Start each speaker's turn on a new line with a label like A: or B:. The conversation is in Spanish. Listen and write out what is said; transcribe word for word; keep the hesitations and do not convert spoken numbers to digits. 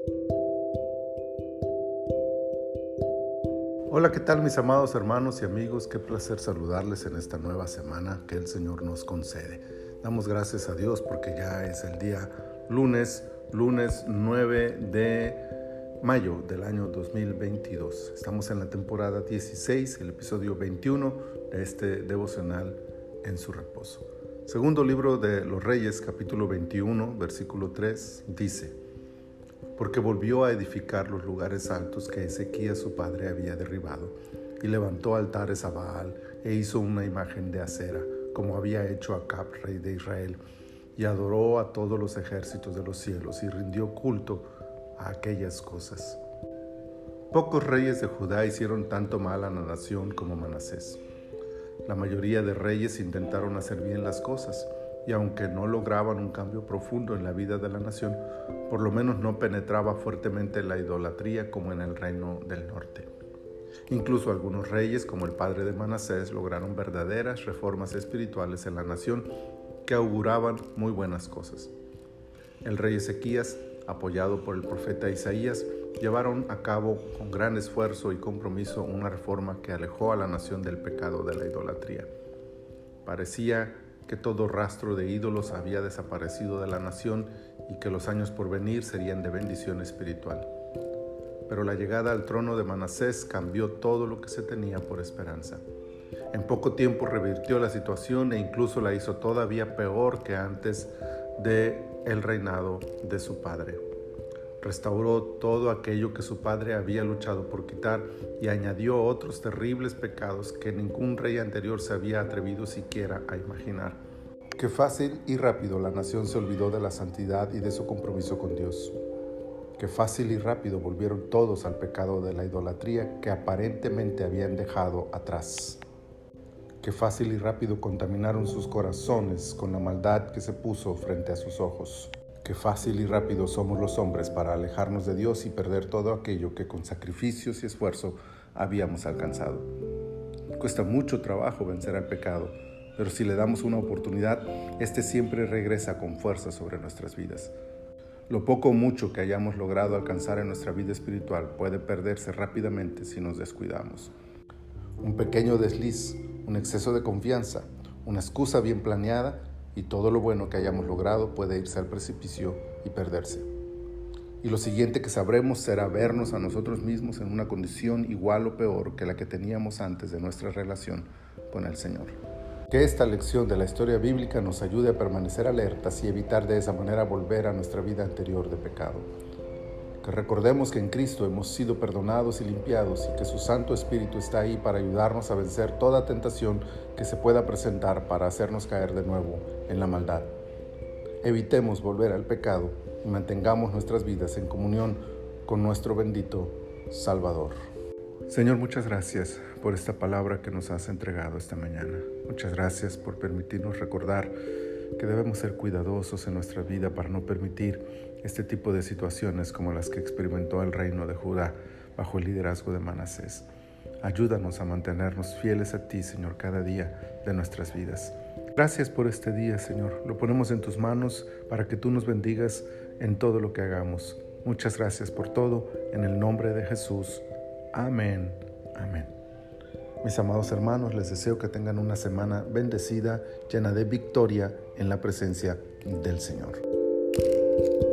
A: Hola, ¿qué tal mis amados hermanos y amigos? Qué placer saludarles en esta nueva semana que el Señor nos concede. Damos gracias a Dios porque ya es el día lunes, lunes nueve de mayo del año dos mil veintidós. Estamos en la temporada dieciséis, el episodio veintiuno de este devocional En su reposo. Segundo libro de los Reyes, capítulo veintiuno, versículo tres, dice: porque volvió a edificar los lugares altos que Ezequías su padre había derribado, y levantó altares a Baal, e hizo una imagen de acera, como había hecho Acab, rey de Israel, y adoró a todos los ejércitos de los cielos, y rindió culto a aquellas cosas. Pocos reyes de Judá hicieron tanto mal a la nación como Manasés. La mayoría de reyes intentaron hacer bien las cosas, y aunque no lograban un cambio profundo en la vida de la nación, por lo menos no penetraba fuertemente la idolatría como en el reino del norte. Incluso algunos reyes, como el padre de Manasés, lograron verdaderas reformas espirituales en la nación que auguraban muy buenas cosas. El rey Ezequías, apoyado por el profeta Isaías, llevaron a cabo con gran esfuerzo y compromiso una reforma que alejó a la nación del pecado de la idolatría. Parecía que todo rastro de ídolos había desaparecido de la nación y que los años por venir serían de bendición espiritual. Pero la llegada al trono de Manasés cambió todo lo que se tenía por esperanza. En poco tiempo revirtió la situación e incluso la hizo todavía peor que antes del reinado de su padre. Restauró todo aquello que su padre había luchado por quitar y añadió otros terribles pecados que ningún rey anterior se había atrevido siquiera a imaginar. Qué fácil y rápido la nación se olvidó de la santidad y de su compromiso con Dios. Qué fácil y rápido volvieron todos al pecado de la idolatría que aparentemente habían dejado atrás. Qué fácil y rápido contaminaron sus corazones con la maldad que se puso frente a sus ojos. Qué fácil y rápido somos los hombres para alejarnos de Dios y perder todo aquello que con sacrificios y esfuerzo habíamos alcanzado. Cuesta mucho trabajo vencer al pecado, pero si le damos una oportunidad, este siempre regresa con fuerza sobre nuestras vidas. Lo poco o mucho que hayamos logrado alcanzar en nuestra vida espiritual puede perderse rápidamente si nos descuidamos. Un pequeño desliz, un exceso de confianza, una excusa bien planeada y todo lo bueno que hayamos logrado puede irse al precipicio y perderse. Y lo siguiente que sabremos será vernos a nosotros mismos en una condición igual o peor que la que teníamos antes de nuestra relación con el Señor. Que esta lección de la historia bíblica nos ayude a permanecer alertas y evitar de esa manera volver a nuestra vida anterior de pecado. Que recordemos que en Cristo hemos sido perdonados y limpiados y que su Santo Espíritu está ahí para ayudarnos a vencer toda tentación que se pueda presentar para hacernos caer de nuevo en la maldad. Evitemos volver al pecado y mantengamos nuestras vidas en comunión con nuestro bendito Salvador. Señor, muchas gracias por esta palabra que nos has entregado esta mañana. Muchas gracias por permitirnos recordar que debemos ser cuidadosos en nuestra vida para no permitir este tipo de situaciones como las que experimentó el reino de Judá bajo el liderazgo de Manasés. Ayúdanos a mantenernos fieles a ti, Señor, cada día de nuestras vidas. Gracias por este día, Señor. Lo ponemos en tus manos para que tú nos bendigas en todo lo que hagamos. Muchas gracias por todo. En el nombre de Jesús. Amén. Amén. Mis amados hermanos, les deseo que tengan una semana bendecida, llena de victoria en la presencia del Señor.